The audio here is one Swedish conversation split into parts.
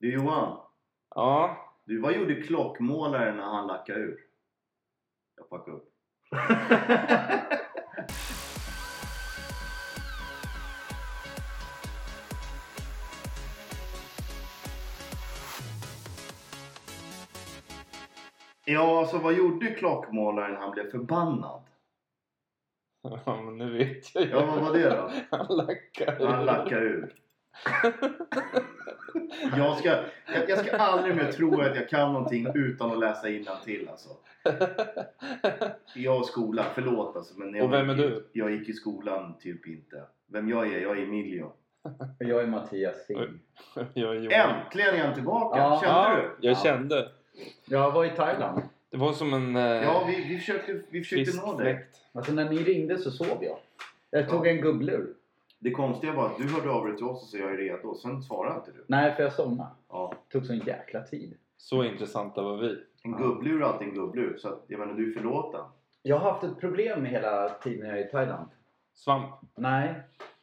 Du Johan, Ja. vad gjorde klockmålaren när han lackade ur? Jag packar upp. Ja, alltså vad gjorde klockmålaren när han blev förbannad? Ja, men nu vet jag ju. Ja, vad var det då? Han lackar ur. Han lackade ur. Jag ska aldrig mer tro att jag kan någonting utan att läsa innantill alltså. Jag och skolan, förlåt alltså. Men Och vem är du? Jag gick i skolan typ inte. Vem jag är Emilio. Jag är Mattias Singh. Jag är Johan. Äntligen är han tillbaka, Ja. kände du? Jag kände. Jag var i Thailand. Det var som en Ja, vi försökte nå dig. fläkt. Alltså när ni ringde så sov jag. Jag tog en gubblur. Det konstiga var att du hörde av dig till oss och sa jag är redo. Sen svarade inte du. Nej, för jag somnade. Ja. Det tog sån jäkla tid. Så intressanta var vi. En gubblur är alltid en gubblur. Så att, jag menar, du är förlåten. Jag har haft ett problem med hela tiden jag är i Thailand. Svamp. Nej.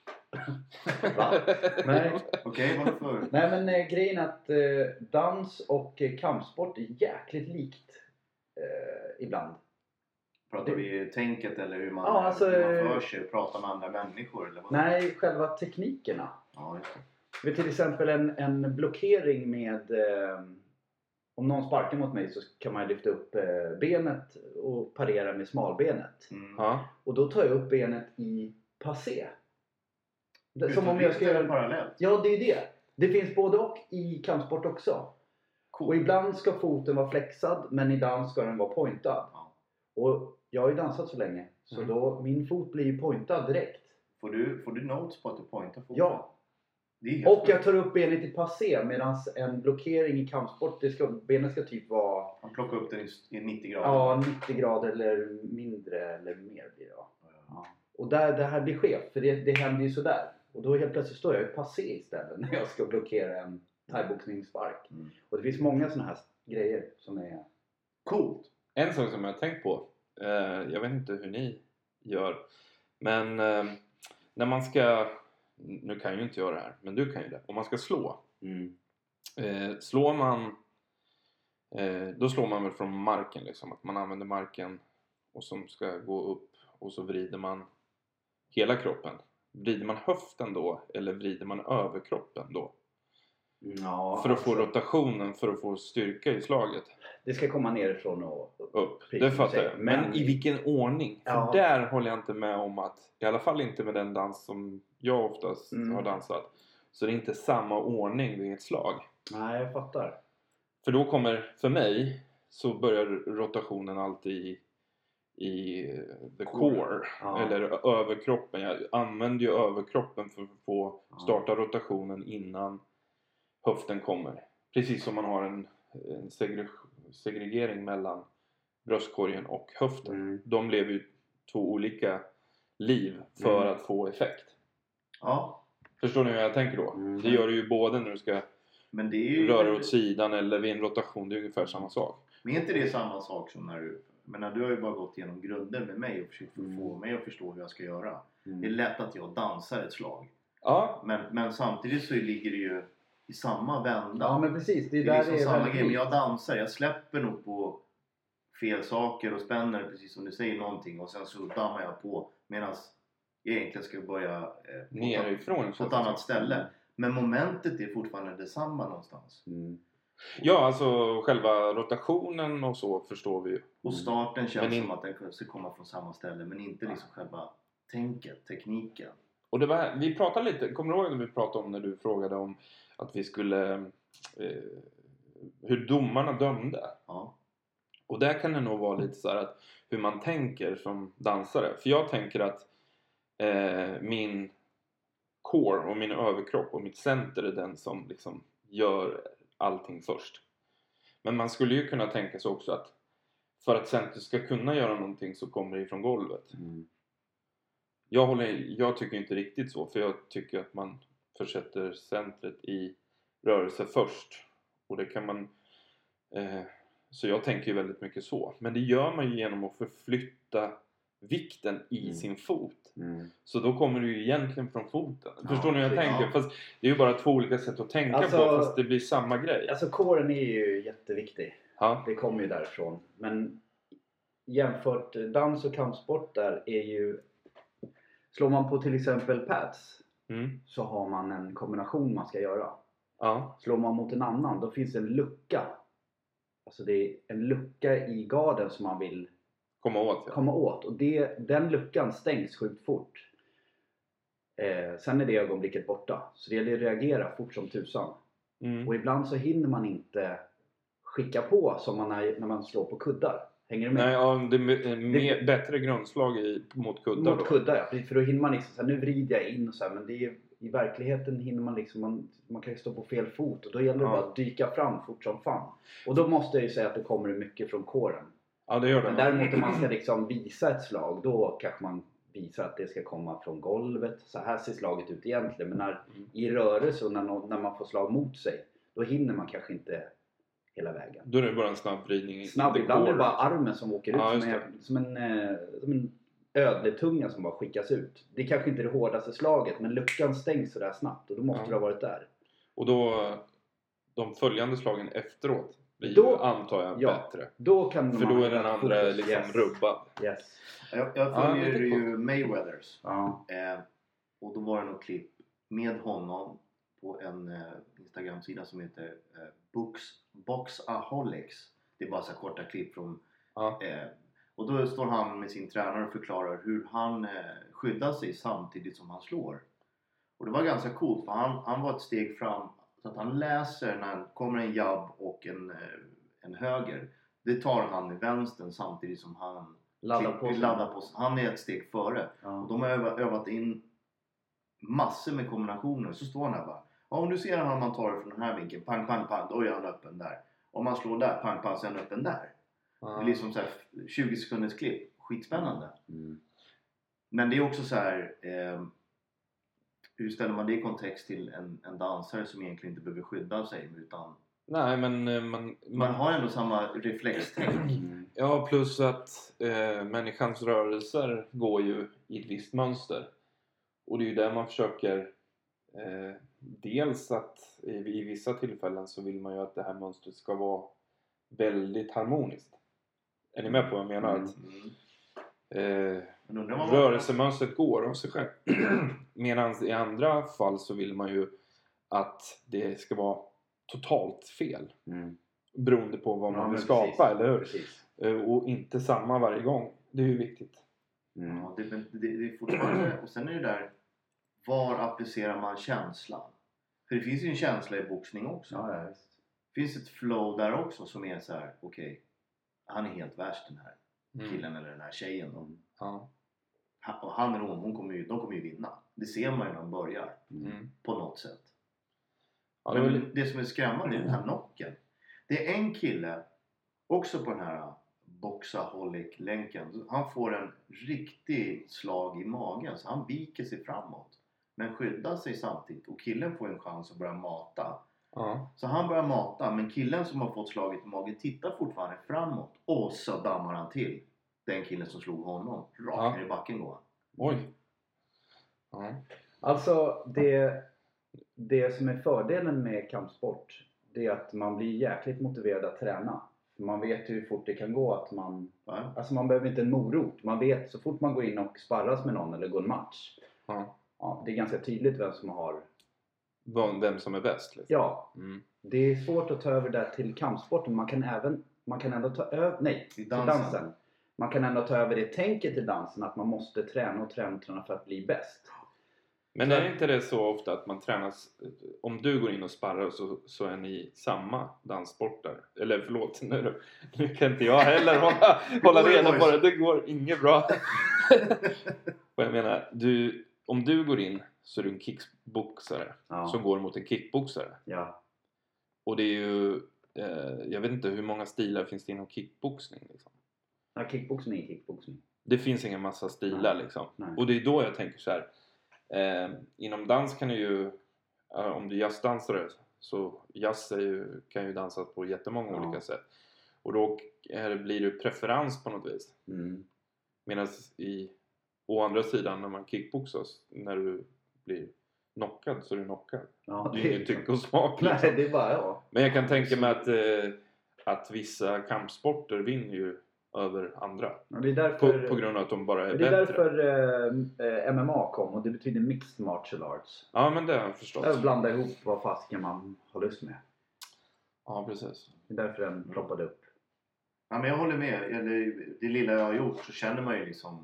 Va? Nej. Okej, varför? Nej, men grejen är att dans och kampsport är jäkligt likt ibland. Pratar vi tänket eller hur man, Ja, alltså, hur man för sig och pratar med andra människor? Eller vad? Nej, själva teknikerna. Ja, just det. Vid till exempel en blockering med... om någon sparkar mot mig så kan man lyfta upp benet och parera med smalbenet. Mm. Ja. Och då tar jag upp benet i passé. Som om jag jag ska göra... parallellt. Ja, det är det. Det finns både och i kampsport också. Cool. Och ibland ska foten vara flexad, men i dans ska den vara pointad. Ja. Och jag har ju dansat så länge, så då min fot blir ju pointad direkt. Får du notes på att du pointar foten? Ja. Det är helt Och jag tar upp benet i passé, medan en blockering i kampsport, benet ska typ vara... Han plockar upp den i 90 grader. Ja, 90 grader eller mindre eller mer blir det. Ja. Och det här blir skevt, för det händer ju sådär. Och då helt plötsligt står jag i passé istället när jag ska blockera en thaiboxningsspark. Mm. Och det finns många sådana här grejer som är... Coolt. En sak som jag har tänkt på. Jag vet inte hur ni gör. Men när man ska... Nu kan jag ju inte göra det här. Men du kan ju det. Om man ska slå. Slår man... Då slår man väl från marken liksom. Att man använder marken. Och som ska gå upp. Och så vrider man hela kroppen. Vrider man höften då? Eller vrider man överkroppen då? Ja, För att få rotationen. För att få styrka i slaget. Det ska komma nerifrån och Upp. Precis, Det fattar jag. Men men i vilken ordning? För Ja. där håller jag inte med om att, i alla fall inte med den dans som jag oftast har dansat, så det är inte samma ordning vid ett slag. Nej, jag fattar. För då kommer, för mig, så börjar rotationen alltid i the core. Ja. Eller överkroppen. Jag använder ju överkroppen för att få starta rotationen innan höften kommer. Precis som man har en segregering mellan bröstkorgen och höften. De lever ju två olika liv för att få effekt. Ja. Förstår ni hur jag tänker då? Det gör du ju både när du ska Men det är ju... röra åt sidan eller vid en rotation. Det är ungefär samma sak. Men är inte det samma sak som när du... Men när du har ju bara gått igenom grunden med mig och försökt få mig att förstå hur jag ska göra. Det är lätt att jag dansar ett slag. Ja. Men samtidigt så ligger det ju i samma vända. Ja, men precis. Det är Det är där liksom det är samma väldigt grej. Men likt. jag dansar. Jag släpper nog på fel saker och spänner precis som du säger någonting. Och sen så dammar jag på. Medan jag egentligen ska börja Nerifrån. på ett annat ställe. Men momentet är fortfarande detsamma någonstans. Ja, alltså själva rotationen och så förstår vi ju. Och starten känns Men som att den ska komma från samma ställe. Men inte liksom själva tänket, tekniken. Och det var, vi pratade lite, kommer du ihåg när vi pratade om när du frågade om att vi skulle hur domarna dömde? Ja. Och där kan det nog vara lite så här att hur man tänker som dansare. För jag tänker att min core och min överkropp och mitt center är den som liksom gör allting först. Men man skulle ju kunna tänka sig också att för att center ska kunna göra någonting så kommer det ifrån golvet. Jag tycker inte riktigt så, för jag tycker att man försätter centret i rörelse först. Och det kan man... så jag tänker ju väldigt mycket så. Men det gör man ju genom att förflytta vikten i sin fot. Så då kommer du ju egentligen från foten. Förstår ni hur jag tänker? Ja. Fast det är ju bara två olika sätt att tänka Alltså, på, fast det blir samma grej. Alltså kåren är ju jätteviktig. Ja. Det kommer ju därifrån. Men jämfört dans och kampsport där är ju... Slår man på till exempel pads så har man en kombination man ska göra. Ja. Slår man mot en annan, då finns det en lucka. Alltså det är en lucka i garden som man vill Komma åt. Ja. komma åt. Och den luckan stängs sjukt fort. Sen är det ögonblicket borta. Så det gäller att reagera fort som tusan. Och ibland så hinner man inte skicka på som när man slår på kuddar. Hänger du med? Nej, ja, det är bättre grundslag mot kuddar. Mot kuddar, ja. För då hinner man liksom så här, nu vrider jag in och så här, men det är, i verkligheten hinner man liksom, man kan ju stå på fel fot. Och då gäller det bara att dyka fram fort som fan. Och då måste jag ju säga att det kommer mycket från kåren. Ja, det gör det. Men däremot om man ska liksom visa ett slag, då kanske man visar att det ska komma från golvet. Så här ser slaget ut egentligen. Men i rörelse och när man får slag mot sig, då hinner man kanske inte hela vägen. Då är det bara en snabb vridning. Ibland är det bara armen som åker ut Ja, som en ödletunga som bara skickas ut. Det är kanske inte det hårdaste slaget, men luckan stängs så där snabbt och då måste du ha varit där. Och då de följande slagen efteråt blir Då, ju, antar jag, bättre. Då kan för då är den andra liksom rubbad. Yes. Jag följer ju Mayweathers. Ja. Och då var det något klipp med honom på en Instagram-sida som heter Boxaholics. Det är bara så korta klipp från... och då står han med sin tränare och förklarar hur han skyddar sig samtidigt som han slår. Och det var ganska coolt för han var ett steg fram. Så att han läser när det kommer en jabb och en höger. Det tar han med vänstern samtidigt som han laddar på sig. Han är ett steg före. Och de har övat in massor med kombinationer. Så står han här bara. Ja, om du ser han man tar det från den här vinkeln. Pang, pang, pang. Då är han öppen där. Om man slår där. Pang, pang. Så är han öppen där. Det är liksom så här 20 sekunders klipp. Skitspännande. Men det är också så här... hur ställer man det i kontext till en dansare som egentligen inte behöver skydda sig utan... Nej, men man har ändå samma reflextänk. Ja, plus att människans rörelser går ju i ett visst mönster. Och det är ju där man försöker dels att i vissa tillfällen så vill man ju att det här mönstret ska vara väldigt harmoniskt. Är ni med på vad jag menar? Rörelsemönstret går av sig själv. Medan i andra fall så vill man ju att det ska vara totalt fel. Beroende på vad man vill skapa, precis, eller hur? Precis. Och inte samma varje gång. Det är ju viktigt. Ja, det är fortfarande... Och sen är det där, var applicerar man känslan? För det finns ju en känsla i boxning också. Ja, visst. Det finns ett flow där också som är så här: okej, han är helt värst den här killen eller den här tjejen. Och han eller hon de kommer ju vinna. Det ser man ju när de börjar. På något sätt. Ja, men det som är skrämmande är den här knocken. Det är en kille också på den här Boxaholic-länken. Han får en riktig slag i magen. Så han viker sig framåt. Men skyddar sig samtidigt. Och killen får en chans att börja mata. Så han börjar mata. Men killen som har fått slaget i magen tittar fortfarande framåt. Och så dammar han till den killen som slog honom. Rakt ner i backen går han. Oj. Alltså det som är fördelen med kampsport, det är att man blir jäkligt motiverad att träna. För man vet hur fort det kan gå att alltså man behöver inte en morot. Man vet så fort man går in och sparras med någon eller går en match. Det är ganska tydligt vem som har... Vem som är bäst. Liksom. Ja. Det är svårt att ta över det till kampsporten. Man kan ändå ta över... Nej, till dansen. Man kan ändå ta över det tänket till dansen. Att man måste träna för att bli bäst. Men är inte det så ofta att man tränas... Om du går in och sparrar så är ni samma danssporter. Eller förlåt, nu kan inte jag heller hålla reda på det. Det går inget bra. Vad jag menar, om du går in så är du en kickboxare som går mot en kickboxare. Ja. Och det är ju... jag vet inte hur många stilar finns det inom kickboxning liksom. Ja, kickboxning är kickboxning. Det finns ingen massa stilar liksom. Nej. Och det är då jag tänker så här. Inom dans kan du ju... om du är jazzdansare så jazz kan ju dansas på jättemånga olika sätt. Och då blir det preferens på något vis. Medan å andra sidan när man kickboxas, när du blir knockad så är du knockad. Ja, det är ingen tycke och smak liksom. Nej, det är bara jag. Men jag kan tänka mig att vissa kampsporter vinner ju över andra. Ja, det är därför, på grund av att de bara är det är bättre. därför MMA kom, och det betyder Mixed Martial Arts. Ja, men det har jag förstått. Jag blandar ihop vad fasiken man har lust med. Ja, precis. Det är därför den ploppade upp. Ja, men jag håller med. Det lilla jag har gjort så känner man ju liksom...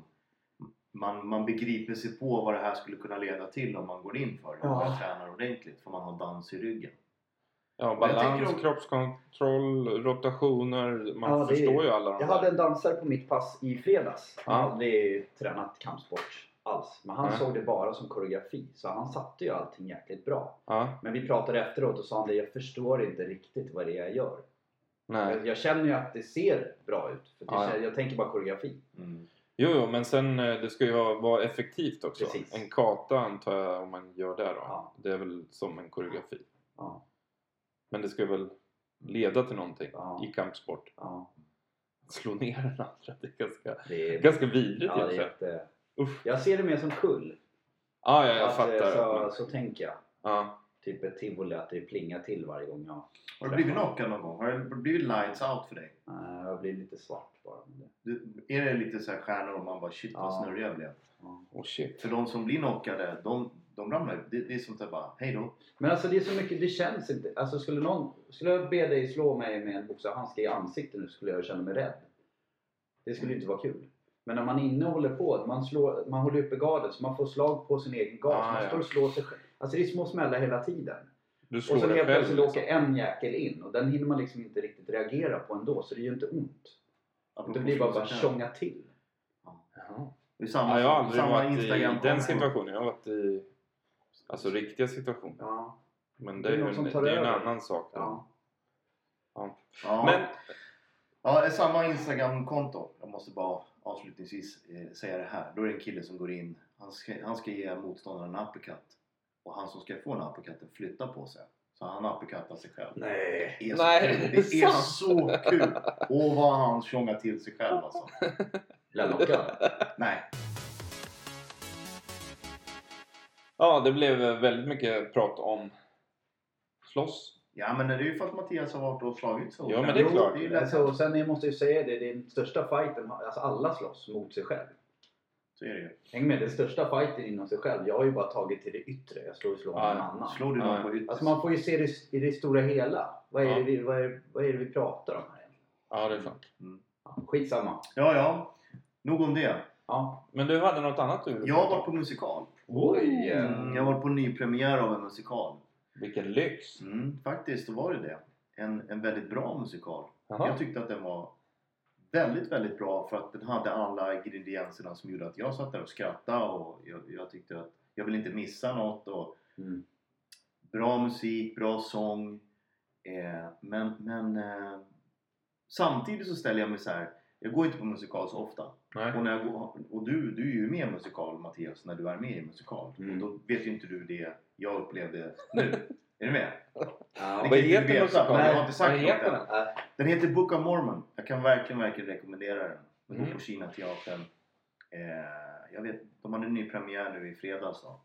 Man begriper sig på vad det här skulle kunna leda till om man går in för det. Och tränar ordentligt. För man har dans i ryggen. Ja, balans, kroppskontroll, rotationer. Man förstår ju alla de Jag hade en dansare på mitt pass i fredags. Han hade aldrig tränat kampsport alls. Men han såg det bara som koreografi. Så han satte ju allting jäkligt bra. Men vi pratade efteråt och sa han det. Jag förstår inte riktigt vad det är jag gör. Nej. Jag känner ju att det ser bra ut. För jag tänker bara koreografi. Jo, men sen det ska ju vara effektivt också. Precis. En kata antar jag om man gör det då. Ja. Det är väl som en koreografi. Ja. Men det ska väl leda till någonting i kampsport. Ja. Slå ner den andra, det är ganska vidrigt. Ja, jag ser det mer som kull. Ja, jag fattar. Så tänker jag. Ja. Typ ett tivoli, att det plingar till varje gång jag... Har du blivit knockad någon gång? Har det blivit lights out för dig? Jag blir lite svart bara. Är det lite så här stjärnor och man bara shit vad snurrig jag blev? Shit. För de som blir knockade, de ramlar. Det är som att bara, hej då. Men alltså det är så mycket, det känns inte. Alltså skulle jag be dig slå mig med en boxarhandske i ansiktet nu, skulle jag känna mig rädd. Det skulle inte vara kul. Men när man inne håller på, man håller uppe garden så man får slag på sin egen gard. Man står och slår sig själv. Alltså det är små smällar hela tiden. Du slår och så helt plötsligt liksom. åker en jäkel in och den hinner man liksom inte riktigt reagera på ändå, så det är ju inte ont. Det blir bara tjonga till. Ja. Jag har aldrig varit i den situationen. Jag har varit i riktiga situationer. Ja. Men det är en annan sak. Ja. Men samma Instagram-konto. Jag måste bara avslutningsvis säga det här. Då är det en kille som går in. Han ska ge motståndaren en uppercut. Och han som ska få en uppercutten flyttar på sig. Så han uppercuttar sig själv. Nej. Det är så kul. Och vad han tjongar till sig själv alltså. Nej. Ja, det blev väldigt mycket prat om slåss. Ja, men det är ju för att Mattias har varit och slagit så. Ja, men det är klart. Och sen jag måste ju säga det är den största fighten. Alltså alla slåss mot sig själv. Så är det ju. Häng med, den största fighten inom sig själv. Jag har ju bara tagit till det yttre. Jag slår någon annan. Slår du någon på yttre? Alltså man får ju se det i det stora hela. Vad är det vi pratar om här? Ja, det är sant. Skitsamma. Ja. Nog om det. Ja. Men du hade något annat Jag har varit på musikal. Oj! Jag har varit på nypremiär av en musikal. Vilken lyx! Faktiskt, så var det. En väldigt bra musikal. Aha. Jag tyckte att den var väldigt, väldigt bra för att den hade alla ingredienserna som gjorde att jag satt där och skrattade och jag tyckte att jag vill inte missa något och bra musik, bra sång men samtidigt så ställer jag mig så här. Jag går inte på musikal så ofta. Nej. Och, när jag går, och du är ju med i musikal, Mattias, när du är med i musikal. Och då vet ju inte du det jag upplevde nu. Är du med? Vad heter musikalen? Jag har inte sagt något än. Den heter Book of Mormon. Jag kan verkligen rekommendera den. Den går på Kina-teatern. Jag vet, de hade en ny premiär nu i fredags då.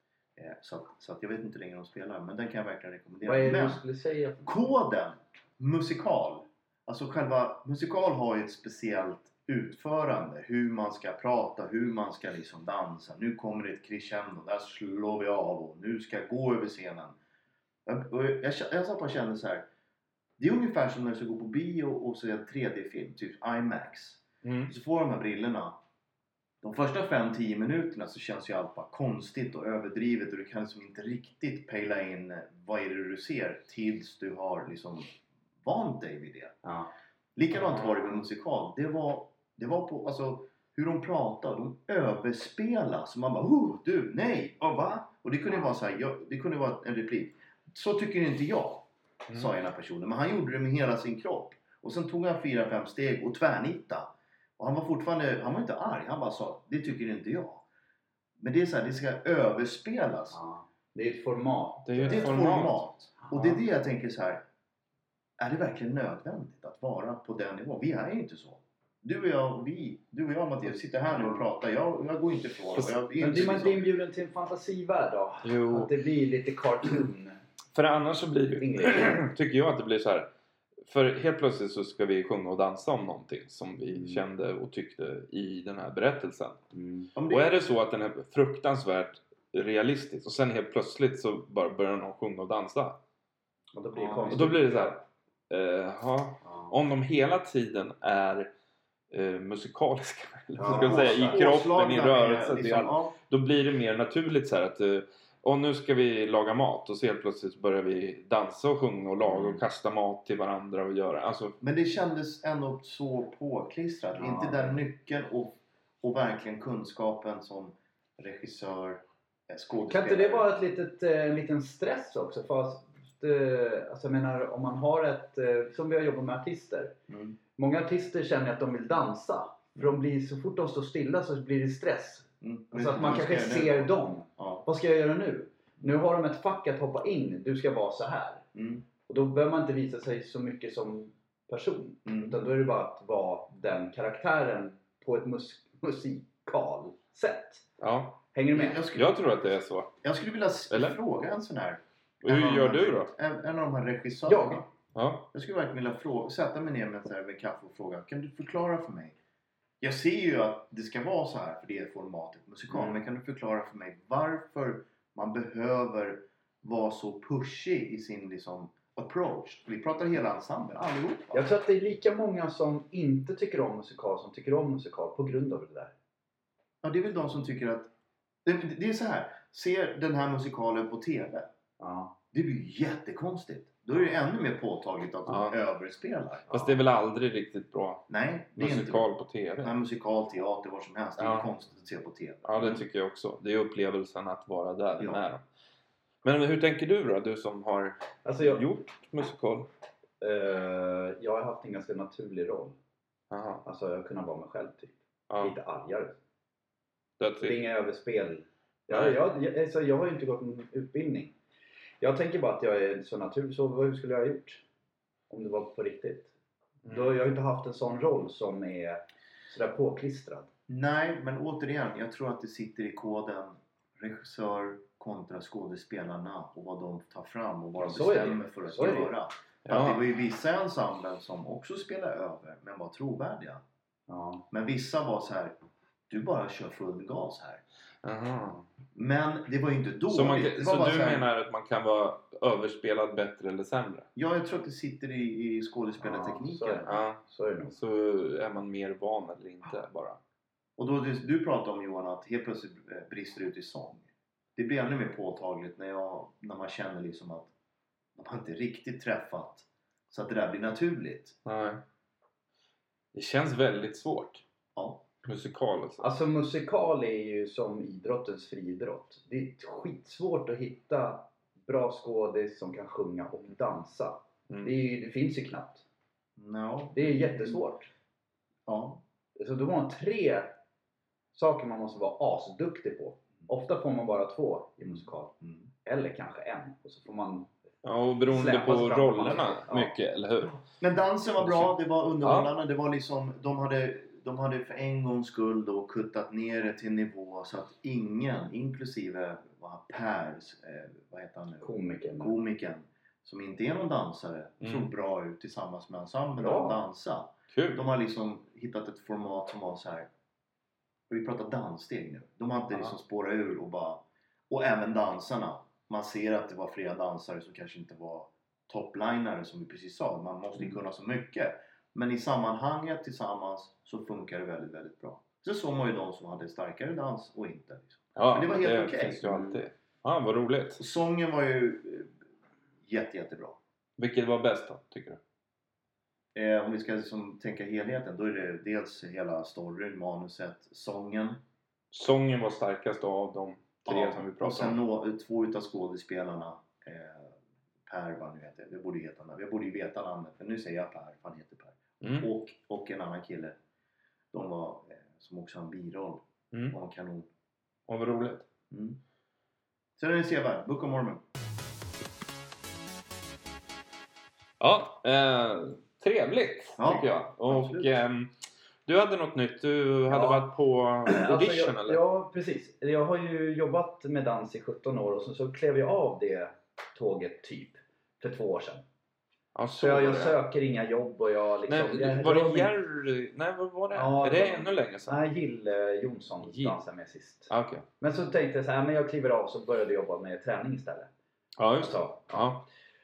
Så att jag vet inte hur länge de spelar. Men den kan jag verkligen rekommendera. Vad är det du skulle säga? Koden musikal. Alltså själva musikal har ju ett speciellt utförande. Hur man ska prata, hur man ska liksom dansa. Nu kommer det ett crescendo, där slår vi av och nu ska jag gå över scenen. Jag satt och kände så här. Det är ungefär som när du ska gå på bio och se en 3D-film, typ IMAX. Så får de här brillorna. De första 5-10 minuterna så känns ju allt bara konstigt och överdrivet. Och du kan liksom inte riktigt pejla in vad är det du ser tills du har liksom vant dig vid det. Ja. Likadant var det med musikal. Det var på, alltså hur de pratade, de överspelar så man bara du, nej, va? Och det kunde vara så här, det kunde vara en replik. Så tycker inte jag, sa ena personen. Men han gjorde det med hela sin kropp. Och sen tog han 4-5 steg och tvärnitta. Och han var inte arg. Han bara sa, det tycker inte jag. Men det är så här, det ska överspelas. Ja. Det är ett format. Det är ett format. Och det är det jag tänker så här. Är det verkligen nödvändigt att vara på den nivån? Vi är ju inte så. du och jag Mattias sitter här nu och pratar. Jag går inte ifrån. Men blir man inte inbjuden till en fantasivärld då? Jo. Att det blir lite cartoon. För annars så blir det, tycker jag att det blir så här. För helt plötsligt så ska vi sjunga och dansa om någonting som vi kände och tyckte i den här berättelsen. Och är det så att den är fruktansvärt realistisk och sen helt plötsligt så bara börjar någon sjunga och dansa. Och då blir det konstigt. Och då blir det så här. Om de hela tiden är musikaliska ska jag säga, i kroppen, i rörelsen liksom, då blir det mer naturligt så här att och nu ska vi laga mat och så helt plötsligt börjar vi dansa och sjunga och laga och kasta mat till varandra och göra alltså. Men det kändes ändå så påklistrat, inte den nyckeln och verkligen kunskapen som regissör, skådespelare. Kan inte det vara en liten stress också? Fast, alltså jag menar, om man har som vi har jobbat med artister. Många artister känner att de vill dansa. För de blir, så fort de står stilla så blir det stress. Så att man kanske ser dem. Vad ska jag göra nu? Nu har de ett fack att hoppa in. Du ska vara så här. Och då behöver man inte visa sig så mycket som person. Utan då är det bara att vara den karaktären på ett musikalsätt. Ja. Hänger du med? Jag tror att det är så. Jag skulle vilja fråga en sån här. Hur gör du då? En av de här regissörerna. Ja. Jag skulle verkligen vilja sätta mig ner med kaffe och fråga. Kan du förklara för mig? Jag ser ju att det ska vara så här för det formatet musikal. Men kan du förklara för mig varför man behöver vara så pushig i sin liksom approach? Vi pratar hela ensemblen, allihopa. Jag tror att det är lika många som inte tycker om musikal som tycker om musikal på grund av det där. Ja, det är väl de som tycker att det är så här. Ser den här musikalen på TV. Ja. Det blir ju jättekonstigt. Då är det ännu mer påtagligt att de överspelar. Fast det är väl aldrig riktigt bra. Nej, det är musikal inte på TV. Nej, musikal, teater, vad som helst. Det är konstigt att se på TV. Ja, det tycker jag också. Det är upplevelsen att vara där med dem. Men hur tänker du då? Du som har gjort musikal. Jag har haft en ganska naturlig roll. Aha. Alltså jag kunde vara mig själv typ. Lite argare. Det är inga överspel. Jag har ju inte gått en utbildning. Jag tänker bara att jag är så naturlig. Så hur skulle jag ha gjort? Om det var på riktigt. Då har jag inte haft en sån roll som är sådär påklistrad. Nej, men återigen. Jag tror att det sitter i koden. Regissör kontra skådespelarna. Och vad de tar fram och vad de bestämmer för att göra. För att det var ju vissa ensemblen som också spelade över. Men var trovärdiga. Ja. Men vissa var så här. Du bara kör full gas här. Aha. Men det var ju inte dåligt. Så du menar att man kan vara överspelad bättre eller sämre? Ja, jag tror att det sitter i skådespelartekniken. Så är det nog. Så är man mer van eller inte bara. Och då du pratade om Johan att helt plötsligt brister ut i sång. Det blir ännu mer påtagligt när man känner liksom att man inte riktigt träffat så att det där blir naturligt. Nej. Det känns väldigt svårt. Ja. Musikal alltså musikal är ju som idrottens friidrott. Det är skitsvårt att hitta bra skådis som kan sjunga och dansa. Det finns ju knappt. No. Det är jättesvårt. Ja. Så då har man 3 saker man måste vara asduktig på. Ofta får man bara 2 i musikal. Eller kanske 1. Och så får man och beroende på rollerna mycket, eller hur? Men dansen var bra, det var underhållande. Det var liksom, de hade för en gångs skull då kuttat ner det till nivå så att ingen, inklusive Pers, vad heter han nu? Komikern, som inte är någon dansare, såg bra ut tillsammans med ensemblen och dansa. Kul. De har liksom hittat ett format som var så här. Vi pratar danssteg nu. De har inte liksom spårat ur och även dansarna. Man ser att det var flera dansare som kanske inte var topplinare som vi precis sa. Man måste ju kunna så mycket. Men i sammanhanget tillsammans så funkar det väldigt, väldigt bra. Så såg man ju de som hade starkare dans och inte. Liksom. Ja, men det var helt okej. Finns ju alltid. Ja, vad roligt. Sången var ju jättebra. Vilket var bäst då, tycker du? Om vi ska liksom tänka helheten, då är det dels hela storyn, manuset, sången. Sången var starkast av de 3 som vi pratade om. Och sen 2 utav skådespelarna. Per, vad nu heter. Jag borde ju veta namnet, men nu säger jag Per, för han heter Per. Och en annan kille. De var, som också har en biroll. Och en kanon. Och vad roligt. Sen är det sevärd, Book of Mormon. Ja, trevligt tycker jag. Och Du hade något nytt. Du hade varit på audition eller? Ja, precis. Jag har ju jobbat med dans i 17 år och så klev jag av det tåget typ för 2 år sedan. Ja, så jag söker inga jobb och jag liksom... Nej, var det Jerry? Nej, vad var det? Ja, är det ännu längre sedan? Nej, Gill Jonsson dansade med sist. Okay. Men så tänkte jag så här, men jag kliver av så började jag jobba med träning istället. Ja, just det. Ja.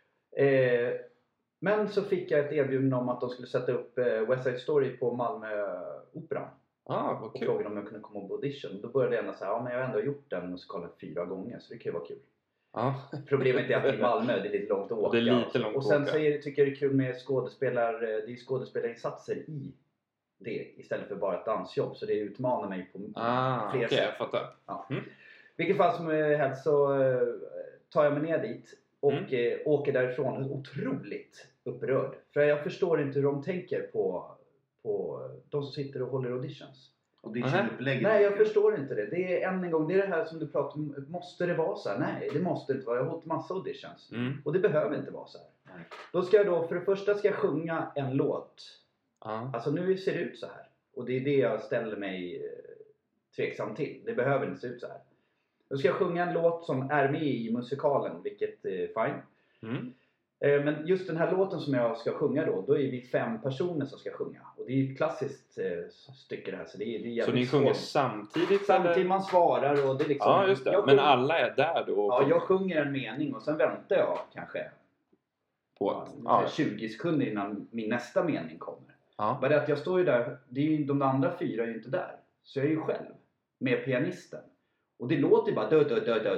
Men så fick jag ett erbjudande om att de skulle sätta upp West Side Story på Malmö Operan. Vad kul. Och frågade om jag kunde komma på audition. Då började jag ändå säga, men jag har ändå gjort den musikalen 4 gånger så det kan ju vara kul. Ja. Problemet är att i Malmö det är lite långt att åka. Det är lite långt och sen så tycker jag det är kul med skådespelarinsatser i det istället för bara ett dansjobb. Så det utmanar mig på fler sätt. Jag fattar. Ja. Vilket fall som helst så tar jag mig ner dit och åker därifrån otroligt upprörd. För jag förstår inte hur de tänker på de som sitter och håller auditions. Nej, jag förstår inte det. Det är än en gång, det är det här som du pratar om. Måste det vara så här? Nej, det måste inte vara. Jag har hållit massa auditions. Och det behöver inte vara så här. Nej. Då ska jag för det första ska jag sjunga en låt. Alltså nu ser det ut så här. Och det är det jag ställer mig tveksam till. Det behöver inte se ut så här. Då ska jag sjunga en låt som är med i musikalen, vilket är fine. Men just den här låten som jag ska sjunga då är vi 5 personer som ska sjunga. Och det är ett klassiskt stycke det här. Så, det är så ni sjunger samtidigt? Samtidigt man svarar och det är liksom... Ja, just det. Men alla är där då? Ja, jag sjunger en mening och sen väntar jag kanske på 20 sekunder innan min nästa mening kommer. Men det att jag står ju där, det är ju, de andra 4 är ju inte där. Så jag är ju själv med pianisten. Och det låter ju bara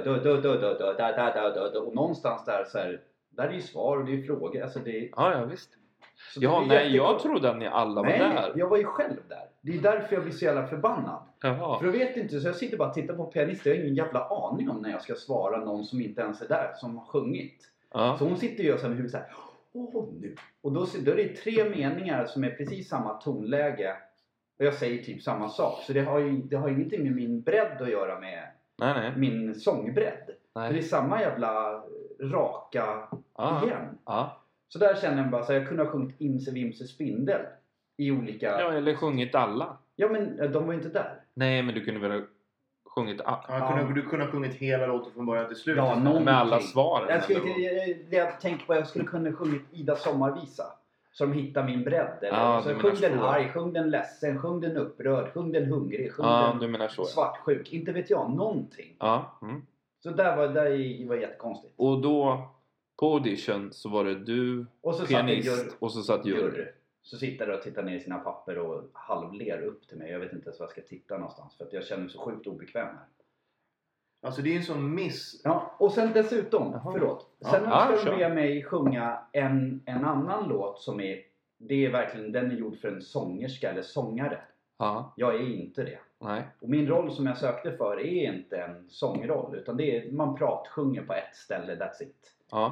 och någonstans där så här, där är ju svar och det är frågor. Alltså det... Ja, visst. Jag trodde att ni alla var där. Nej, jag var ju själv där. Det är därför jag blir så jävla förbannad. Jaha. För jag vet inte, så jag sitter bara och tittar på pianisten. Jag har ingen jävla aning om när jag ska svara någon som inte ens är där, som har sjungit. Så hon sitter ju och så med huvudet såhär, nu. Och då är det 3 meningar som är precis samma tonläge. Och jag säger typ samma sak. Så det har ingenting med min bredd att göra med min sångbredd. För det är samma jävla raka igen. Så där känner jag bara så jag kunde ha sjungit Imse Vimse Spindel i olika... Ja, eller sjungit alla. Ja, men de var ju inte där. Nej, men du kunde väl ha sjungit... Du kunde ha sjungit hela låten från början till slut. Ja, med alla svaren. Jag tänker på att jag skulle kunna sjungit Ida Sommarvisa. Så de hittar min bredd. Så sjung den arg, sjung den ledsen, sjung den upprörd, sjung den hungrig, sjung den svartsjuk. Inte vet jag, någonting. Så där var jättekonstigt. Och då... På audition så var det du, och så pianist och så satt jury. Så sitter och tittar ner i sina papper och halvler upp till mig. Jag vet inte ens var jag ska titta någonstans. För att jag känner mig så sjukt obekväm här. Alltså det är en sån miss. Ja, och sen dessutom, Sen ska de be mig sjunga en annan låt som är... Det är verkligen, den är gjord för en sångerska eller sångare. Jag är inte det. Nej. Och min roll som jag sökte för är inte en sångroll. Utan det är, man sjunger på ett ställe, that's it.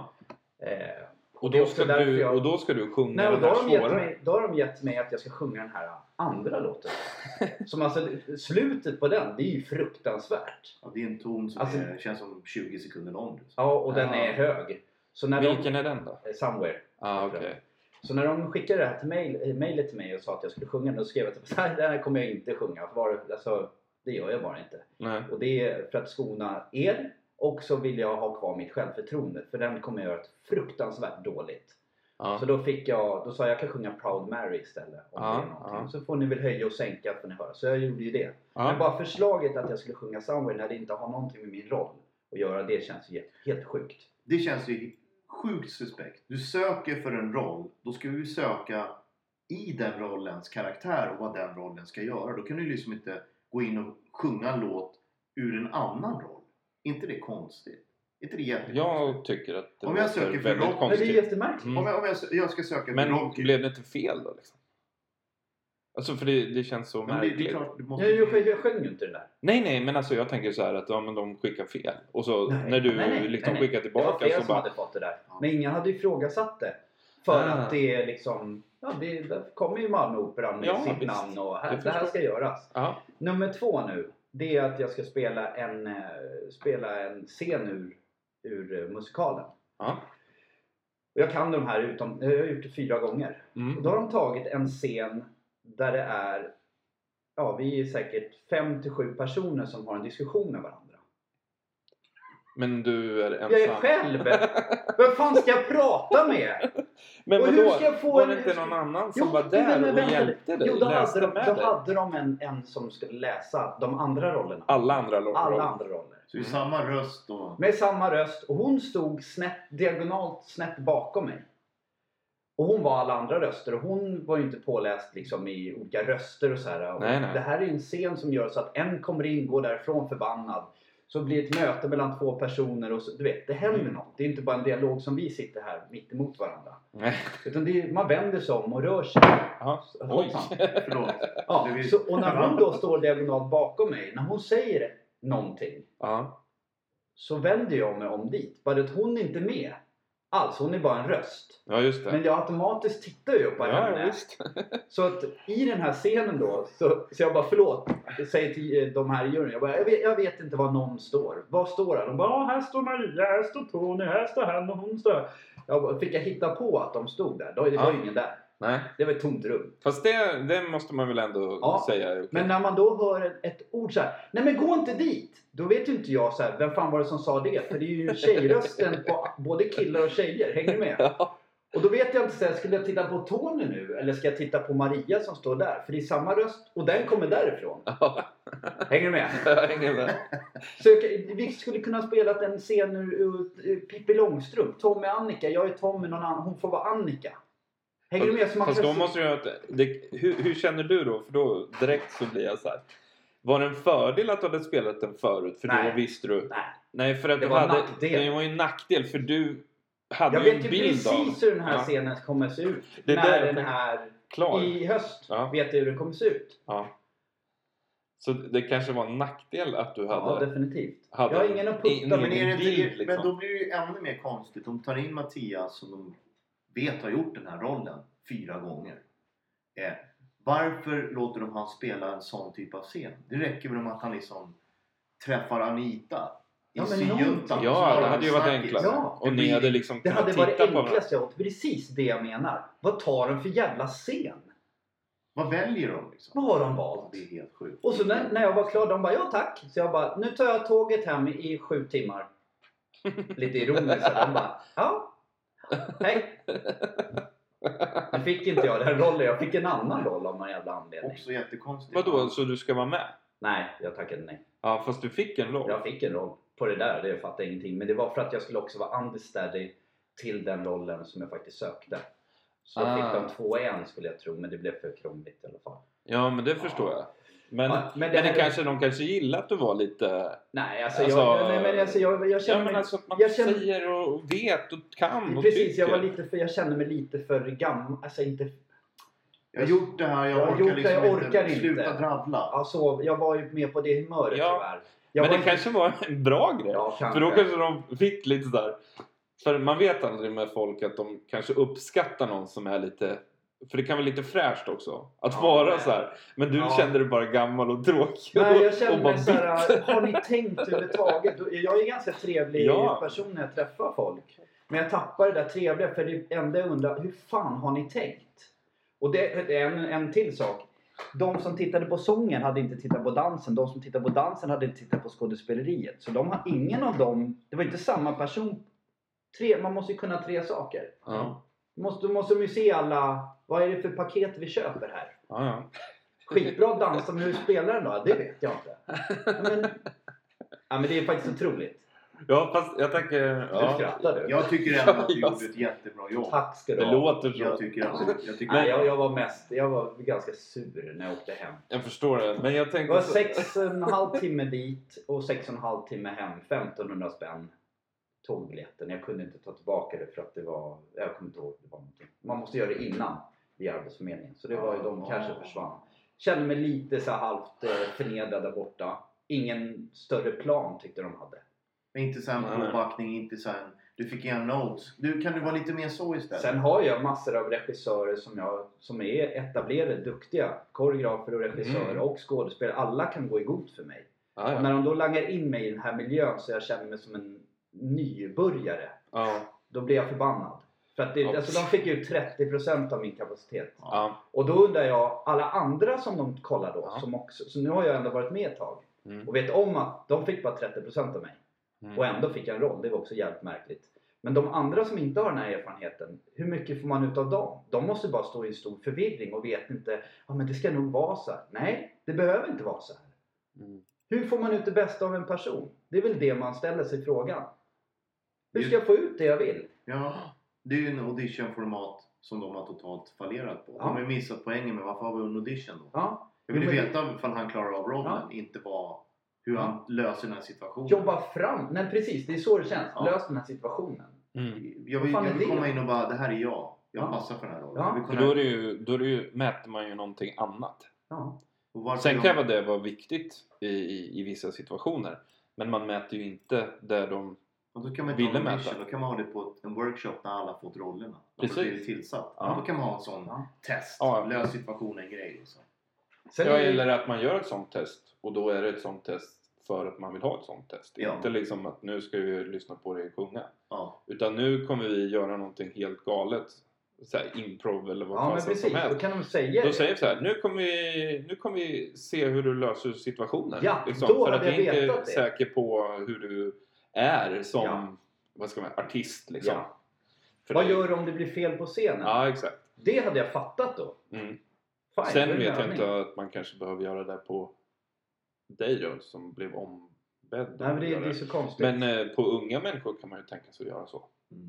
Och då ska du sjunga den här svåra. Då har de gett mig att jag ska sjunga den här andra låten. Som alltså, slutet på den, det är ju fruktansvärt. Ja, det är en ton som känns som 20 sekunder lång. Ja, och den är hög. Så när vilken är den då? Somewhere. Okay. Så när de skickade det här till mejlet till mig och sa att jag skulle sjunga, då skrev jag att det här kommer jag inte sjunga. Alltså, det gör jag bara inte. Nej. Och det är för att skona er. Och så vill jag ha kvar mitt självförtroende. För den kommer jag göra ett fruktansvärt dåligt. Så då sa jag kan sjunga Proud Mary istället. Om det är någonting. Så får ni väl höja och sänka för ni hör. Så jag gjorde ju det. Men bara förslaget att jag skulle sjunga Somewhere när det inte har någonting med min roll att göra. Det känns ju helt sjukt. Det känns ju sjukt suspekt. Du söker för en roll. Då ska du söka i den rollens karaktär och vad den rollen ska göra. Då kan du liksom inte gå in och sjunga en låt ur en annan roll. Inte det konstigt? Inte det jättekonstigt? Jag tycker att det om jag söker för rock, men det är jättemärkligt. Om jag ska söka för rock. Men blev det inte fel då liksom? Alltså för det känns så märkligt. Det är klart, jag sjöng ju inte det där. Nej, men alltså jag tänker så här att de skickar fel. Och så när du skickar tillbaka det var så bara... hade fått det där. Men ingen hade ifrågasatt det. För att det är liksom... Ja, det kommer ju Malmöoperan med sitt namn och det här ska göras. Nummer 2 nu. Det är att jag ska spela en scen ur musikalen. Och jag kan de här jag har gjort det 4 gånger. Och då har de tagit en scen där det är vi är säkert 5-7 personer som har en diskussion med varandra. Men du är ensam. Jag är själv! Vem fan ska jag prata med? Men och vadå? Var det en... inte någon annan som var där och hjälpte dig? Jo, då hade de en som skulle läsa de andra rollerna. Alla andra roller. Så i samma röst då? Med samma röst. Och hon stod diagonalt snett bakom mig. Och hon var alla andra röster. Och hon var ju inte påläst liksom i olika röster och så här. Och nej. Det här är en scen som gör så att en kommer in, går därifrån förbannad. Så blir det ett möte mellan 2 personer och så, du vet, det händer något. Det är inte bara en dialog som vi sitter här mitt emot varandra. Nej. Utan man vänder sig om och rör sig. Oj. Förlåt. Ja, och när hon då står diagonalt bakom mig, när hon säger någonting, så vänder jag mig om dit. Bara att hon är inte med alls, hon är bara en röst. Ja, just det. Men jag automatiskt tittar ju på henne. Ja, visst. Så att i den här scenen då, så jag bara förlåt, jag säger till de här i juryn, jag vet inte var någon står. Var står han? De bara, här står Maria, här står Tony, här står han och hon står. Fick jag hitta på att de stod där? Det var ingen där. Nej. Det var ett tomt rum. Fast det måste man väl ändå säga. Okay. Men när man då hör ett ord så här, nej men gå inte dit. Då vet ju inte jag så här, vem fan var det som sa det? För det är ju tjejrösten på både killar och tjejer. Hänger du med? Ja. Och då vet jag inte så här, skulle jag titta på Tony nu? Eller ska jag titta på Maria som står där? För det är samma röst och den kommer därifrån. Ja. Hänger du med? Jag hänger med. Så vi skulle kunna spela en scen ur Pippi Långstrump. Tommy och Annika. Jag är Tommy, någon annan. Hon får vara Annika. Hänger du med? Fast då måste jag... Hur känner du då? För då direkt så blir jag så här. Var det en fördel att du hade spelat den förut? För då visste du... Nej, för att det du var hade... nackdel. Det var ju en nackdel. För du hade jag ju en vet ju bild av... precis hur den här scenen kommer se ut. Det när den är klar. I höst vet jag hur den kommer se ut. Ja. Så det kanske var en nackdel att du hade... Ja, definitivt. Jag har ingen att putta men, liksom. Men då blir det ju ännu mer konstigt. De tar in Mattias som de vet har gjort den här rollen 4 gånger. Varför låter de han spela en sån typ av scen? Det räcker väl med att han liksom träffar Anita i syjuntan. Ja, det hade ju varit enklare. Ja. Och ni hade liksom det hade titta varit på enklast. Precis det jag menar. Vad tar de för jävla scen? Vad väljer de liksom? Vad har de valt? Det är helt sjukt. Och så när jag var klar, de bara, ja tack. Så jag bara, nu tar jag tåget hem i 7 timmar. Lite ironiskt. De bara, ja. Hej. Nu fick inte jag den rollen. Jag fick en annan roll av någon jävla anledning. Också jättekonstigt. Vadå? Så du ska vara med? Nej, jag tackade nej. Ja, fast du fick en roll. Jag fick en roll på det där. Det fattar ingenting. Men det var för att jag skulle också vara understudy till den rollen som jag faktiskt sökte. Så jag fick de 2-1 skulle jag tro. Men det blev för krångligt i alla fall. Ja, men det förstår jag. Men de kanske gillar att du var lite... Nej, jag känner mig... alltså att man säger och vet och kan och precis, tycker. jag känner mig lite för gammal. Alltså inte... Jag har gjort det här, jag orkar inte. Sluta drabbla. Alltså, jag var ju med på det humöret tyvärr. Men det kanske var en bra grej. Ja, för då kanske de fick lite där. För man vet aldrig med folk att de kanske uppskattar någon som är lite... För det kan vara lite fräscht också. Att vara så här. Men du kände dig bara gammal och tråkig. Nej, jag kände mig så här. Har ni tänkt överhuvudtaget? Jag är ganska trevlig person när jag träffar folk. Men jag tappar det där trevliga. För det enda jag undrar, hur fan har ni tänkt? Och det är en till sak. De som tittade på sången hade inte tittat på dansen. De som tittade på dansen hade inte tittat på skådespeleriet. Så de har ingen av dem... Det var inte samma person. Man måste ju kunna 3 saker. Ja. Du måste ju se alla... Vad är det för paket vi köper här? Ja. Skitbra dans, men hur spelar den då? Det vet jag inte. Men det är faktiskt otroligt. Ja, fast jag tänker... Hur skrattar du? Jag tycker ändå att du gjorde ett jättebra jobb. Tack ska du ha. Det låter så. Jag var ganska sur när jag åkte hem. Jag förstår det. Men jag tänkte... Det var 6,5 timme dit och 6,5 timme hem. 1500 spänn. Tågbiljetten. Jag kunde inte ta tillbaka det för att det var... Jag kommer inte ihåg. Det var någonting. Man måste göra det innan vid Arbetsförmedlingen. Så det var ju de kanske försvann. Kände mig lite så halvt förnedrad där borta. Ingen större plan tyckte de hade. Inte så här påbackning, inte så här... Du fick en notes. Kan du vara lite mer så istället? Sen har jag massor av regissörer som är etablerade, duktiga. Koreografer och regissörer och skådespelare. Alla kan gå i god för mig. Och när de då langar in mig i den här miljön så jag känner mig som en nybörjare. Då blir jag förbannad. För att alltså, de fick ju 30% av min kapacitet. Ja. Och då undrar jag, alla andra som de kollar då, som också, så nu har jag ändå varit med ett tag. Och vet om att de fick bara 30% av mig. Och ändå fick jag en roll, det var också jävligt märkligt. Men de andra som inte har den här erfarenheten, hur mycket får man ut av dem? De måste bara stå i en stor förvirring och vet inte, men det ska nog vara så här. Nej, det behöver inte vara så här. Hur får man ut det bästa av en person? Det är väl det man ställer sig frågan. Hur ska jag få ut det jag vill? Ja, det är ju en auditionformat som de har totalt fallerat på. De har ju missat poängen med varför har vi en audition då? Ja. Jag vill veta ifall han klarar av rollen, inte hur han löser den här situationen. Jobba fram, nej precis, det är så det känns. Lös den här situationen. Jag vill komma in och bara, det här är jag passar för den här rollen. Ja. För då mäter man ju någonting annat. Ja. Sen kan det vara viktigt i vissa situationer. Men man mäter ju inte där de då kan man ville mäta. Då kan man ha det på en workshop när alla fått rollerna. Precis. Då blir det tillsatt. Då kan man ha en sån test. Lös situationen grej. Liksom. Eller att man gör ett sånt test. Och då är det ett sånt test för att man vill ha ett sånt test. Inte liksom att nu ska vi lyssna på det sjunga. Utan nu kommer vi göra någonting helt galet. Så här, improv eller vad fan som helst. Då kan de säga då säger vi så här, nu kommer vi se hur du löser situationen. Ja, liksom, då för att vi inte är det. säker på hur du är som vad ska man, artist. Liksom. Ja. Vad gör du om det blir fel på scenen? Ja, exakt. Det hade jag fattat då. Fine, sen vet jag inte att man kanske behöver göra det på dig då, som blev ombedd. Nej, men det är så konstigt. Men på unga människor kan man ju tänka sig att göra så.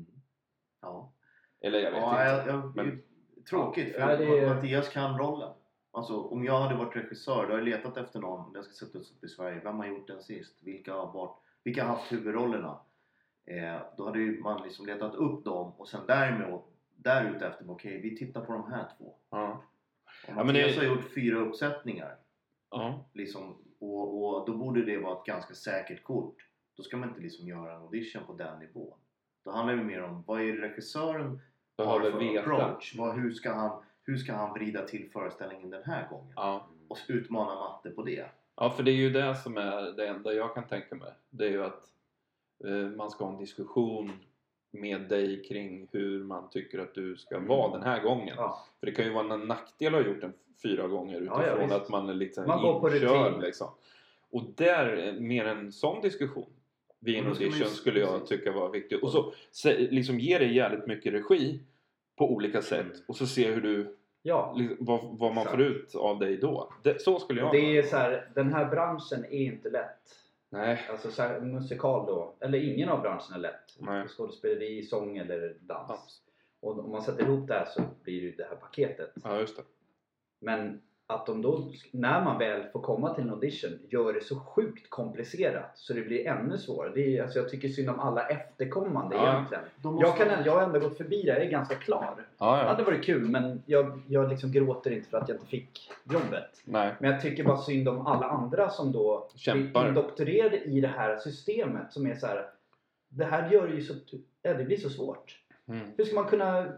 Ja. Eller jag vet inte. Men tråkigt för Mattias kan rollen. Alltså om jag hade varit regissör, då hade jag letat efter någon. Den ska sättas upp i Sverige. Vem har gjort den sist? Vilka har haft huvudrollerna? Då hade ju man liksom letat upp dem. Och sen därutefter, okej, vi tittar på de här två. Och Mattias har gjort 4 uppsättningar. Liksom, och då borde det vara ett ganska säkert kort. Då ska man inte liksom göra en audition på den nivån. Då handlar det mer om, vad är regissören har för approach? Hur ska han vrida till föreställningen den här gången? Och utmana Matte på det. Ja, för det är ju det som är det enda jag kan tänka mig. Det är ju att man ska ha en diskussion med dig kring hur man tycker att du ska vara den här gången. För det kan ju vara en nackdel att ha gjort den 4 gånger utifrån att man är lite inkörd liksom. Och där, mer en sån diskussion vid en audition skulle jag tycka var viktigt. Och så liksom ge dig jävligt mycket regi på olika sätt. Och så se hur du vad man får ut av dig då. Så skulle jag. Det är så här, den här branschen är inte lätt. Nej. Alltså så här, musikal då. Eller ingen av branschen är lätt. Skådespeleri, sång eller dans. Och om man sätter ihop det här så blir det ju det här paketet. Ja, just det. Men att de då, när man väl får komma till en audition, gör det så sjukt komplicerat så det blir ännu svårare. Det är, alltså jag tycker synd om alla efterkommande egentligen. Jag har ändå gått förbi det, jag är ganska klar. Det hade varit kul, men jag liksom gråter inte för att jag inte fick jobbet. Nej. Men jag tycker bara synd om alla andra som då blir indoktrerade i det här systemet som är så här. Det här gör ju så, det blir så svårt. Hur ska man kunna,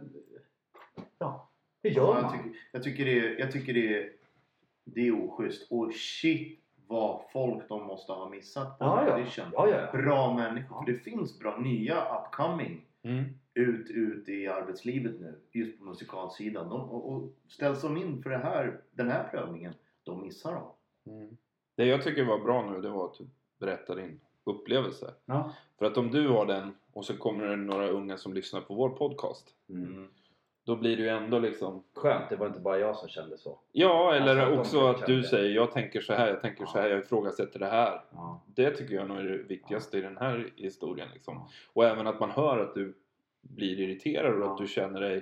hur gör man? Jag tycker det är oschysst. Och shit vad folk de måste ha missat på audition. Bra människor. För det finns bra nya upcoming ut i arbetslivet nu. Just på musikalsidan. Och ställs de in för den här prövningen, då missar de. Det jag tycker var bra nu, det var att du berättade din upplevelse. För att om du har den och så kommer det några unga som lyssnar på vår podcast. Då blir det ju ändå liksom skönt, det var inte bara jag som kände så. Ja, eller alltså, också att du säger jag tänker så här, jag ifrågasätter det här. Det tycker jag nog är det viktigaste i den här historien liksom. Och även att man hör att du blir irriterad och att du känner dig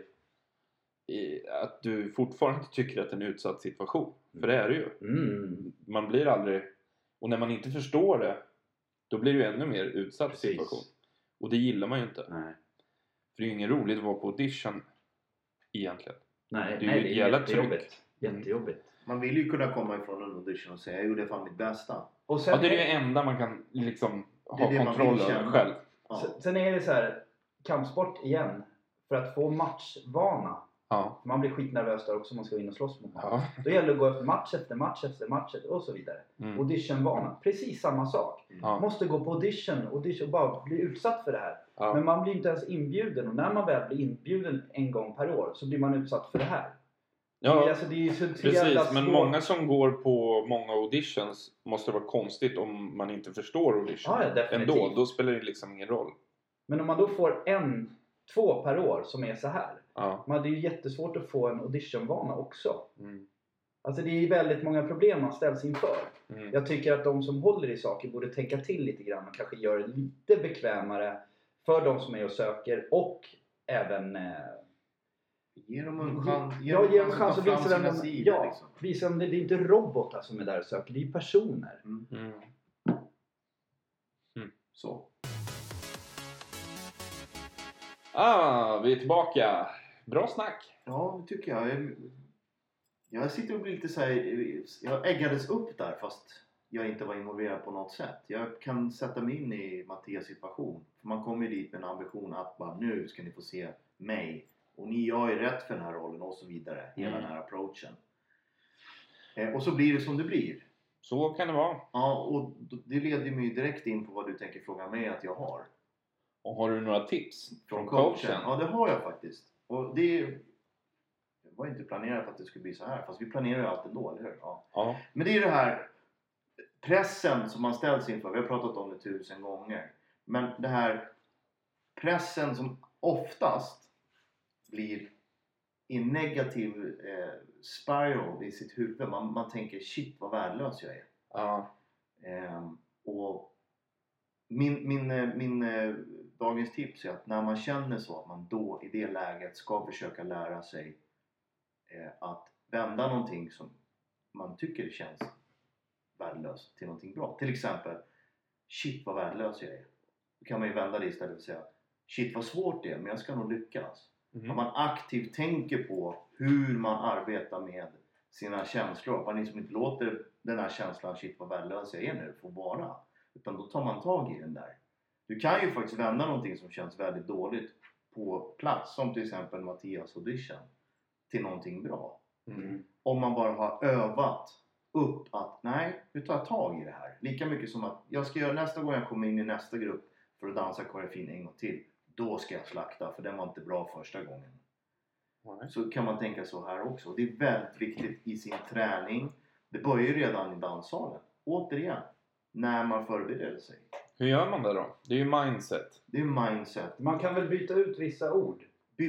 att du fortfarande tycker att det är en utsatt situation. För det är det ju. Man blir aldrig, och när man inte förstår det, då blir det ju ännu mer utsatt situation. Och det gillar man ju inte. Nej. För det är ju ingen roligt att vara på audition egentligen. Nej, det är ju jättejobbigt. Jättejobbigt. Man vill ju kunna komma ifrån en audition och säga jag gjorde fan mitt bästa. Och sen det är det enda man kan liksom ha kontroll över själv. Sen är det så här, kampsport igen. För att få matchvana Ja. Man blir skitnervös där också om man ska in och slåss mot någon. Ja. Då gäller det att gå efter match efter match efter match och så vidare. Auditionvana, precis samma sak. Ja. Måste gå på audition och bara bli utsatt för det här. Ja. Men man blir inte ens inbjuden, och när man väl blir inbjuden en gång per år så blir man utsatt för det här. Ja, Alltså, det är så precis. Men många som går på många auditions måste vara konstigt om man inte förstår audition. Ja, definitivt. Ändå, då spelar det liksom ingen roll. Men om man då får 2 per år som är så här. Ja. Men det är ju jättesvårt att få en auditionvana också. Mm. Alltså det är väldigt många problem man ställs inför. Mm. Jag tycker att de som håller i saker borde tänka till lite grann och kanske göra det lite bekvämare för de som är och söker, och även Ge dem en chans. ge dem en chans att att ta visa fram dem. sina sidor. Ja, Liksom. visa dem. Det är inte robotar som är där och söker, det är personer. Mm. Så. Vi är tillbaka. Bra snack. Ja, det tycker jag. Jag sitter och blir lite så här. Jag äggades upp där fast jag inte var involverad på något sätt. Jag kan sätta mig in i Mattias situation. För man kommer ju dit med en ambition att bara, nu ska ni få se mig. Och jag är rätt för den här rollen och så vidare. Hela den här approachen. Och så blir det som det blir. Så kan det vara. Ja, och det leder mig direkt in på vad du tänker fråga mig att jag har. Och har du några tips Från coachen? Ja, det har jag faktiskt. Och det var inte planerat att det skulle bli så här. Fast vi planerar ju alltid då, eller hur? Ja. Men det är det här pressen som man ställs inför. Vi har pratat om det 1000 gånger. Men det här pressen som oftast blir i negativ spiral i sitt huvud. Man tänker, shit vad värdelös jag är. Ja. Och min dagens tips är att när man känner så, att man då i det läget ska försöka lära sig att vända någonting som man tycker känns värdelöst till någonting bra. Till exempel, shit vad värdelös jag är. Då kan man ju vända det istället för att säga, shit vad svårt det är, men jag ska nog lyckas. Om man aktivt tänker på hur man arbetar med sina känslor. Att man liksom inte låter den här känslan, shit vad värdelös jag är nu, få vara. Utan då tar man tag i den där. Du kan ju faktiskt vända någonting som känns väldigt dåligt på plats. Som till exempel Mattias audition. Till någonting bra. Om man bara har övat upp att nej, nu tar jag tag i det här. Lika mycket som att jag ska göra nästa gång jag kommer in i nästa grupp för att dansa koreografin en gång till. Då ska jag slakta, för den var inte bra första gången. Så kan man tänka så här också. Det är väldigt viktigt i sin träning. Det börjar ju redan i danssalen. Återigen, när man förbereder sig. Hur gör man det då? Det är ju mindset. Det är mindset. Man kan väl byta ut vissa ord.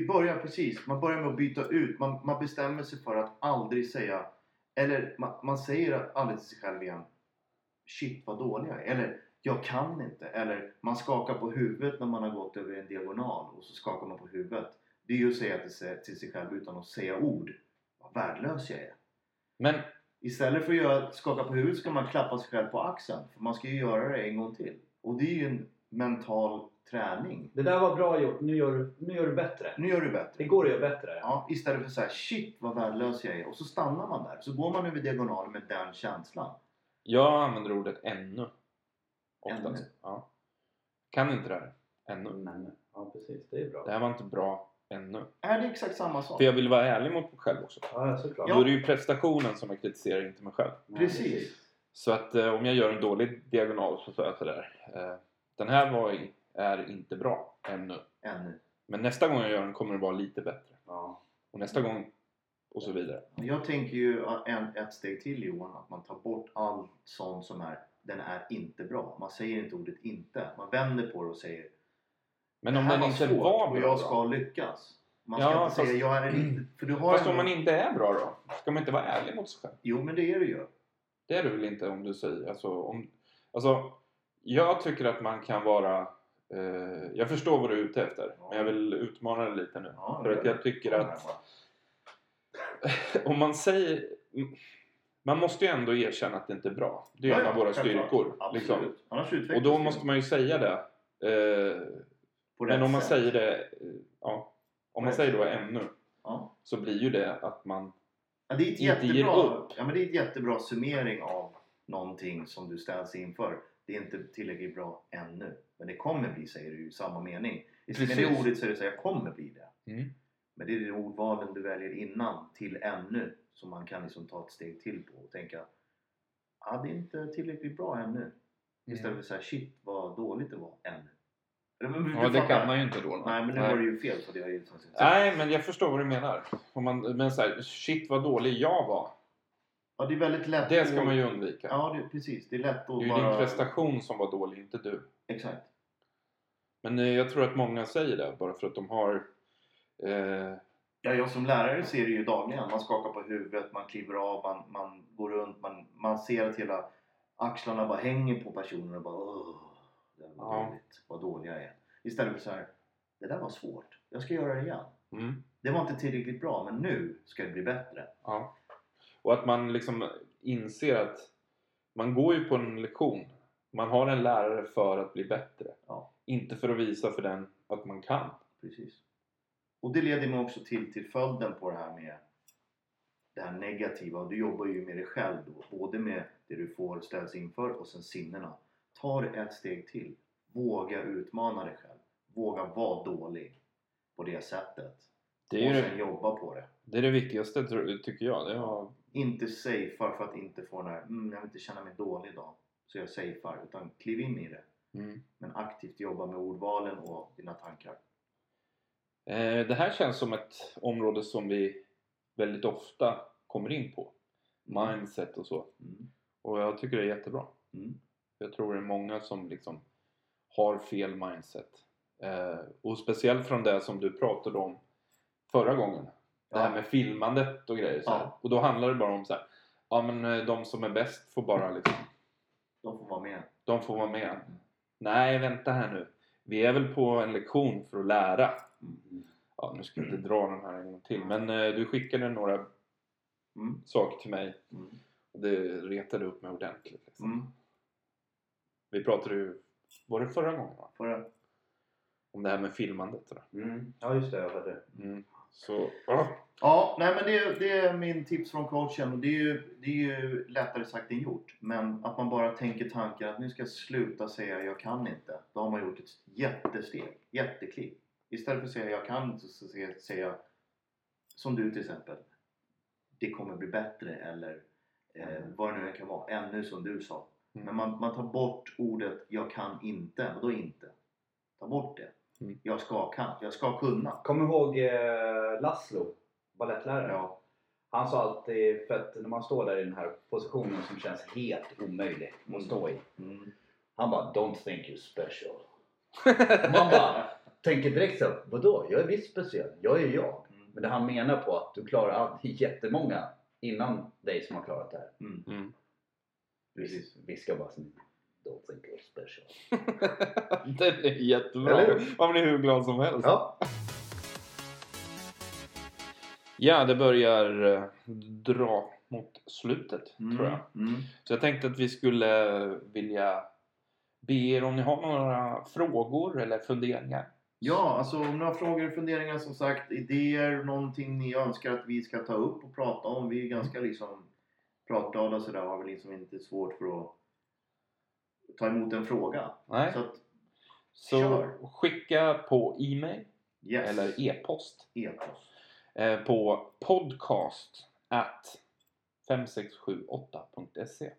Man börjar med att byta ut. Man bestämmer sig för att aldrig säga, eller man säger aldrig till sig själv igen, shit vad dålig jag är. Eller jag kan inte. Eller man skakar på huvudet när man har gått över en diagonal och så skakar man på huvudet. Det är ju att säga till sig själv utan att säga ord, vad värdelös jag är. Men istället för att skaka på huvudet ska man klappa sig själv på axeln. För man ska ju göra det en gång till. Och det är ju en mental träning. Det där var bra gjort, nu gör du bättre. Nu gör du bättre. Det går att göra bättre. Ja, istället för att säga shit vad värdelös jag är. Och så stannar man där. Så går man över diagonalen med den känslan. jag använder ordet ännu. Oftast. Ännu. Ja. Kan inte det här. Ännu. Men, ja precis, det är bra. Det här var inte bra ännu. Är det exakt samma sak? För jag vill vara ärlig mot mig själv också. Ja, såklart. Då är det ju prestationen som jag kritiserar, inte mig själv. Precis. Så att om jag gör en dålig diagonal så säger jag sådär. Den här är inte bra ännu. Men nästa gång jag gör den kommer det vara lite bättre. Ja. Och nästa gång och så vidare. Jag tänker ju ett steg till, Johan. Att man tar bort allt sånt som den är inte bra. Man säger inte ordet inte. Man vänder på det och säger Men om det här den inte svårt var och bra jag ska då? lyckas. Man ska inte säga jag är inte. För du har Fast om man inte är bra då? Ska man inte vara ärlig mot sig själv? Jo, men det är det ju. Det är du väl inte om du säger. Alltså, jag tycker att man kan vara... jag förstår vad du är ute efter. Ja. Men jag vill utmana det lite nu. Ja, för att jag tycker att... om man säger... Man måste ju ändå erkänna att det inte är bra. Det är en av våra styrkor. Liksom. Och då måste man ju säga det. Men om man säger det... om man säger då ännu. Ja. Så blir ju det att man det är ett inte ger upp. Ja, men det är ett jättebra summering av någonting som du ställs inför. Det är inte tillräckligt bra ännu. Men det kommer bli, säger du i samma mening. Med det ordet så är det så jag kommer bli det. Mm. Men det är det ord ordvalen du väljer innan till ännu, som man kan liksom ta ett steg till på och tänka det är inte tillräckligt bra ännu. Istället för att säga shit vad dåligt det var ännu. Ja, det kan man ju inte då. Nej, men nu var det ju fel. Så det är ju nej, men jag förstår vad du menar. Men så här, shit vad dålig jag var. Ja, det är väldigt lätt. Det ska man ju undvika. Ja, precis. Det är lätt att det är ju din prestation som var dålig, inte du. Exakt. Men jag tror att många säger det bara för att de har... Ja, jag som lärare ser det ju dagligen. Man skakar på huvudet, man kliver av, man går runt, man ser att hela axlarna bara hänger på personen och bara det var dåligt, vad dålig jag är. Istället för så här, det där var svårt, jag ska göra det igen. Det var inte tillräckligt bra, men nu ska det bli bättre. Ja. Och att man liksom inser att man går ju på en lektion. Man har en lärare för att bli bättre. Ja. Inte för att visa för den att man kan. Precis. Och det leder mig också till följden på det här med det här negativa. Du jobbar ju med dig själv då. Både med det du får ställas inför och sen sinnena. Ta det ett steg till. Våga utmana dig själv. Våga vara dålig på det sättet. Det är och sen jobba på det. Det är det viktigaste tycker jag. Inte safear för att inte få den här jag vill inte känna mig dålig idag. Så jag safear. Utan kliv in i det. Men aktivt jobba med ordvalen och dina tankar. Det här känns som ett område som vi väldigt ofta kommer in på. Mindset och så. Och jag tycker det är jättebra. Jag tror det är många som liksom har fel mindset. Och speciellt från det som du pratade om förra gången. Det här med filmandet och grejer. Så här. Och då handlar det bara om så här. Ja, men de som är bäst får bara liksom... De får vara med. De får vara med. Nej, vänta här nu. Vi är väl på en lektion för att lära. Ja, nu ska jag inte dra den här en gång till. Men du skickade några saker till mig. Och det retade upp mig ordentligt. Liksom. Vi pratade ju... Var det förra gången? Va? Förra. Om det här med filmandet. Ja, just det. Jag hörde. Så... Ja, nej men det är min tips från coachen. Och det är ju lättare sagt än gjort. Men att man bara tänker tankar att nu ska jag sluta säga jag kan inte. Då har man gjort ett jättesteg. Jättekliv. Istället för att säga jag kan inte så säga som du till exempel. Det kommer bli bättre eller vad det nu kan vara. Ännu som du sa. Men man tar bort ordet jag kan inte. Vadå inte? Ta bort det. Jag ska kunna. Kom ihåg Laszlo, ballettlärare. Ja. Han sa alltid, för att när man står där i den här positionen som känns helt omöjlig att stå i. Han bara, don't think you're special. Man bara tänker direkt så, vadå? Jag är visst speciell. Jag är jag. Men det han menar på att du klarar allt. Det är jättemånga innan dig som har klarat det här. Vi ska bara säga, don't think you're special. Det är jättebra. Man blir hur glad som helst. Ja, det börjar dra mot slutet tror jag. Så jag tänkte att vi skulle vilja be er om ni har några frågor eller funderingar. Ja, alltså om ni har frågor och funderingar, som sagt, idéer, någonting ni önskar att vi ska ta upp och prata om. Vi är ganska liksom pratglada, så där har vi liksom inte svårt för att ta emot en fråga. Nej. Så skicka på e-mail eller e-post. På podcast@5678.se.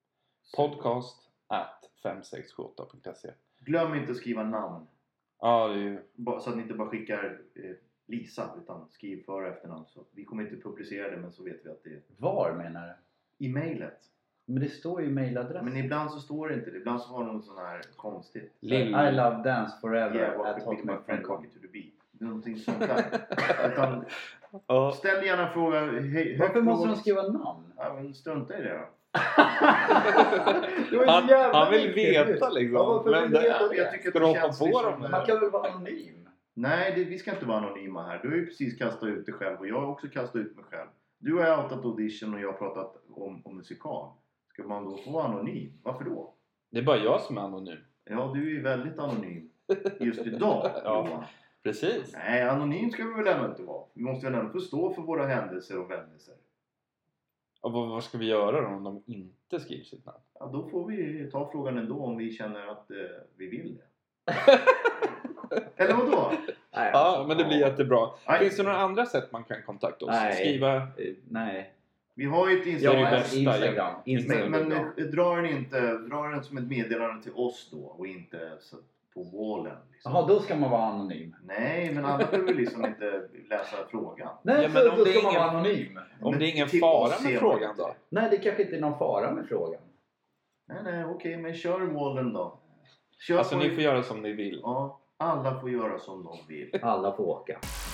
podcast@5678.se. Glöm inte att skriva namn. Ja, det är ju... Så att ni inte bara skickar Lisa, utan skriv för och efternamn. Så vi kommer inte publicera det, men så vet vi att det är... Var menar du? I mejlet. Men det står ju mailadress. Men ibland så står det inte det. Ibland så har någon sån här konstigt. I love dance forever. Yeah, what my friend coffee to the beat. Någonting sånt där. Utan, ställ gärna en fråga. Varför måste de skriva namn? Ja, men strunta i det då. Han vill veta liksom. Ja, men det är, jag tycker ska att det hoppa känns på liksom, dem? Man kan väl vara anonym? Nej, vi ska inte vara anonyma här. Du har ju precis kastat ut dig själv och jag har också kastat ut mig själv. Du har outat audition och jag har pratat om musikal. Ska man då få vara anonym? Varför då? Det är bara jag som är anonym. Ja, du är ju väldigt anonym just idag, Johan. Precis. Nej, anonym ska vi väl ändå inte vara. Vi måste väl ändå förstå för våra händelser och vändelser. Och vad ska vi göra då om de inte skriver sitt namn? Ja, då får vi ta frågan ändå om vi känner att vi vill det. Eller vadå? Nej, Ja, men det blir jättebra. Nej. Finns det några andra sätt man kan kontakta oss? Nej. Skriva? Nej. Vi har ju ett Det är Instagram. det bästa. Instagram. Men dra den som ett meddelande till oss då och inte så på wallen. Liksom. Jaha, då ska man vara anonym. Nej, men alla behöver liksom inte läsa frågan. Nej, Ja, så men om då det ska är man ingen- vara anonym. Om Men det är ingen till fara oss ser med man frågan inte. då? Nej, det kanske inte är någon fara med frågan. Nej, okej, men kör wallen då. Kör Alltså på- ni får göra som ni vill. Ja, alla får göra som de vill. Alla får åka.